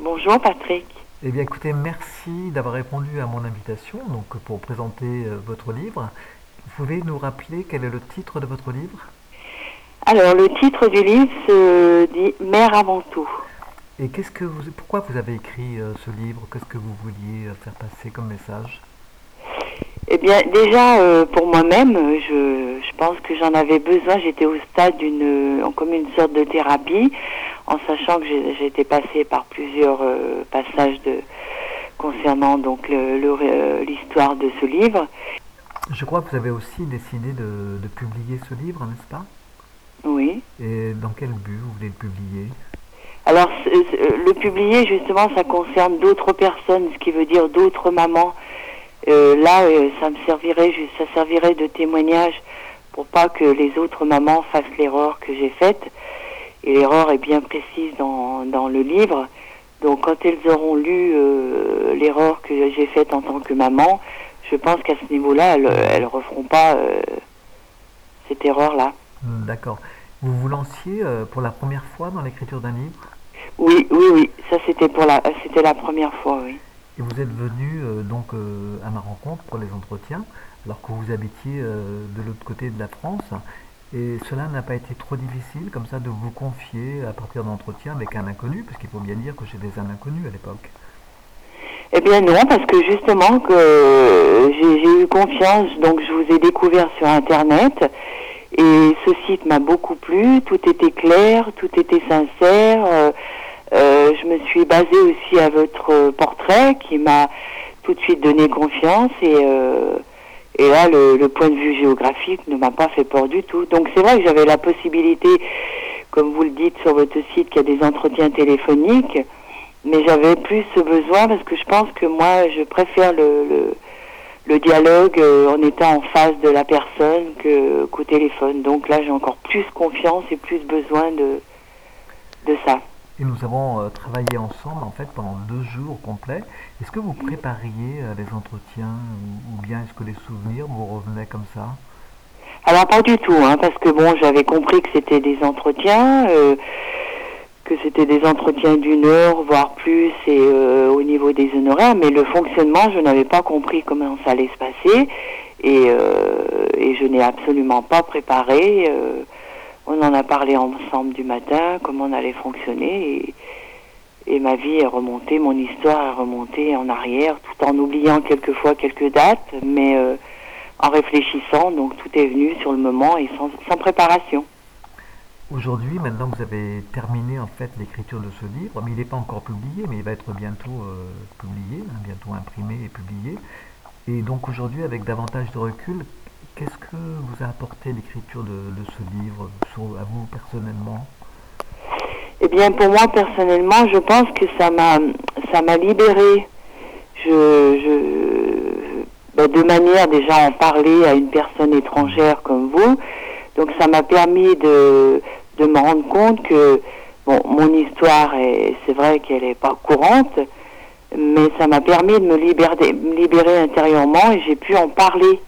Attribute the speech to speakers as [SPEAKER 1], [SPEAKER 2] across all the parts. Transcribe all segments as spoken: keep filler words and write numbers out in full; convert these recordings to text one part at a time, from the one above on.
[SPEAKER 1] Bonjour Patrick.
[SPEAKER 2] Eh bien écoutez, merci d'avoir répondu à mon invitation donc, pour présenter euh, votre livre. Vous pouvez nous rappeler quel est le titre de votre livre?
[SPEAKER 1] Alors le titre du livre se dit Mère avant tout.
[SPEAKER 2] Et qu'est-ce que vous, pourquoi vous avez écrit euh, ce livre? Qu'est-ce que vous vouliez euh, faire passer comme message?
[SPEAKER 1] Eh bien déjà euh, pour moi-même, je, je pense que j'en avais besoin. J'étais au stade d'une, euh, comme une sorte de thérapie, en sachant que j'ai, j'ai été passée par plusieurs euh, passages de, concernant donc le, le, euh, l'histoire de ce livre.
[SPEAKER 2] Je crois que vous avez aussi décidé de, de publier ce livre, n'est-ce pas?
[SPEAKER 1] Oui.
[SPEAKER 2] Et dans quel but vous voulez le publier?
[SPEAKER 1] Alors c- c- le publier justement, ça concerne d'autres personnes, ce qui veut dire d'autres mamans. Euh, là, euh, ça me servirait, ju- ça servirait de témoignage pour pas que les autres mamans fassent l'erreur que j'ai faite. Et l'erreur est bien précise dans, dans le livre. Donc, quand elles auront lu euh, l'erreur que j'ai faite en tant que maman, je pense qu'à ce niveau-là, elles, elles referont pas euh, cette erreur-là.
[SPEAKER 2] Hmm, D'accord. Vous vous lanciez euh, pour la première fois dans l'écriture d'un livre
[SPEAKER 1] Oui, oui, oui. Ça, c'était pour la, c'était la première fois, oui.
[SPEAKER 2] et vous êtes venu euh, donc euh, à ma rencontre pour les entretiens alors que vous habitiez euh, de l'autre côté de la France. Et cela n'a pas été trop difficile comme ça de vous confier à partir d'entretiens avec un inconnu, parce qu'il faut bien dire que j'étais un inconnu à l'époque.
[SPEAKER 1] Eh bien non, parce que justement que euh, j'ai, j'ai eu confiance, donc je vous ai découvert sur Internet et ce site m'a beaucoup plu, tout était clair, tout était sincère. euh, euh, je me suis basée aussi à votre portrait qui m'a tout de suite donné confiance et, euh, et là le, le point de vue géographique ne m'a pas fait peur du tout. Donc c'est vrai que j'avais la possibilité, comme vous le dites sur votre site, qu'il y a des entretiens téléphoniques. Mais j'avais plus ce besoin parce que je pense que moi, je préfère le, le, le dialogue euh, en étant en face de la personne que, qu'au téléphone. Donc là, j'ai encore plus confiance et plus besoin de, de ça.
[SPEAKER 2] Et nous avons euh, travaillé ensemble en fait pendant deux jours complets. Est-ce que vous prépariez euh, les entretiens ou, ou bien est-ce que les souvenirs vous revenaient comme ça?
[SPEAKER 1] Alors pas du tout, hein, parce que bon, j'avais compris que c'était des entretiens, euh, que c'était des entretiens d'une heure, voire plus, et euh, au niveau des honoraires, mais le fonctionnement, je n'avais pas compris comment ça allait se passer, et, euh, et je n'ai absolument pas préparé. euh, on en a parlé ensemble du matin, comment on allait fonctionner, et, et ma vie est remontée, mon histoire est remontée en arrière, tout en oubliant quelquefois quelques dates, mais euh, en réfléchissant, donc tout est venu sur le moment et sans, sans préparation.
[SPEAKER 2] Aujourd'hui, maintenant que vous avez terminé en fait l'écriture de ce livre, mais il n'est pas encore publié, mais il va être bientôt euh, publié, hein, bientôt imprimé et publié. Et donc aujourd'hui, avec davantage de recul, qu'est-ce que vous a apporté l'écriture de, de ce livre sur, à vous personnellement?
[SPEAKER 1] Eh bien, pour moi, personnellement, je pense que ça m'a, ça m'a libérée. Je, je, ben, de manière déjà en parler à une personne étrangère comme vous. Donc, ça m'a permis de, de me rendre compte que, bon, mon histoire, est, c'est vrai qu'elle n'est pas courante, mais ça m'a permis de me libérer, me libérer intérieurement et j'ai pu en parler.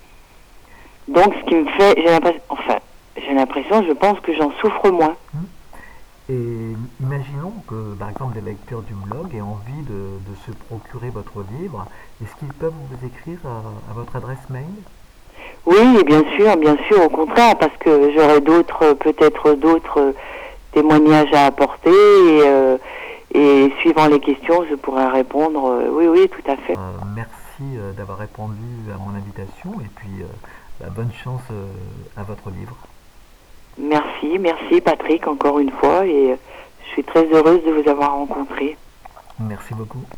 [SPEAKER 1] Donc, ce qui me fait, j'ai l'impression, enfin, j'ai l'impression, je pense que j'en souffre moins.
[SPEAKER 2] Et imaginons que, par exemple, des lecteurs du blog aient envie de, de se procurer votre livre. Est-ce qu'ils peuvent vous écrire à, à votre adresse mail?
[SPEAKER 1] Oui, bien sûr, bien sûr, au contraire, parce que j'aurai d'autres, peut-être d'autres témoignages à apporter et, euh, et suivant les questions, je pourrai répondre. euh, oui, oui, tout à fait.
[SPEAKER 2] Euh, merci euh, d'avoir répondu à mon invitation et puis euh, bah, bonne chance euh, à votre livre.
[SPEAKER 1] Merci, merci Patrick, encore une fois, et euh, je suis très heureuse de vous avoir rencontré.
[SPEAKER 2] Merci beaucoup.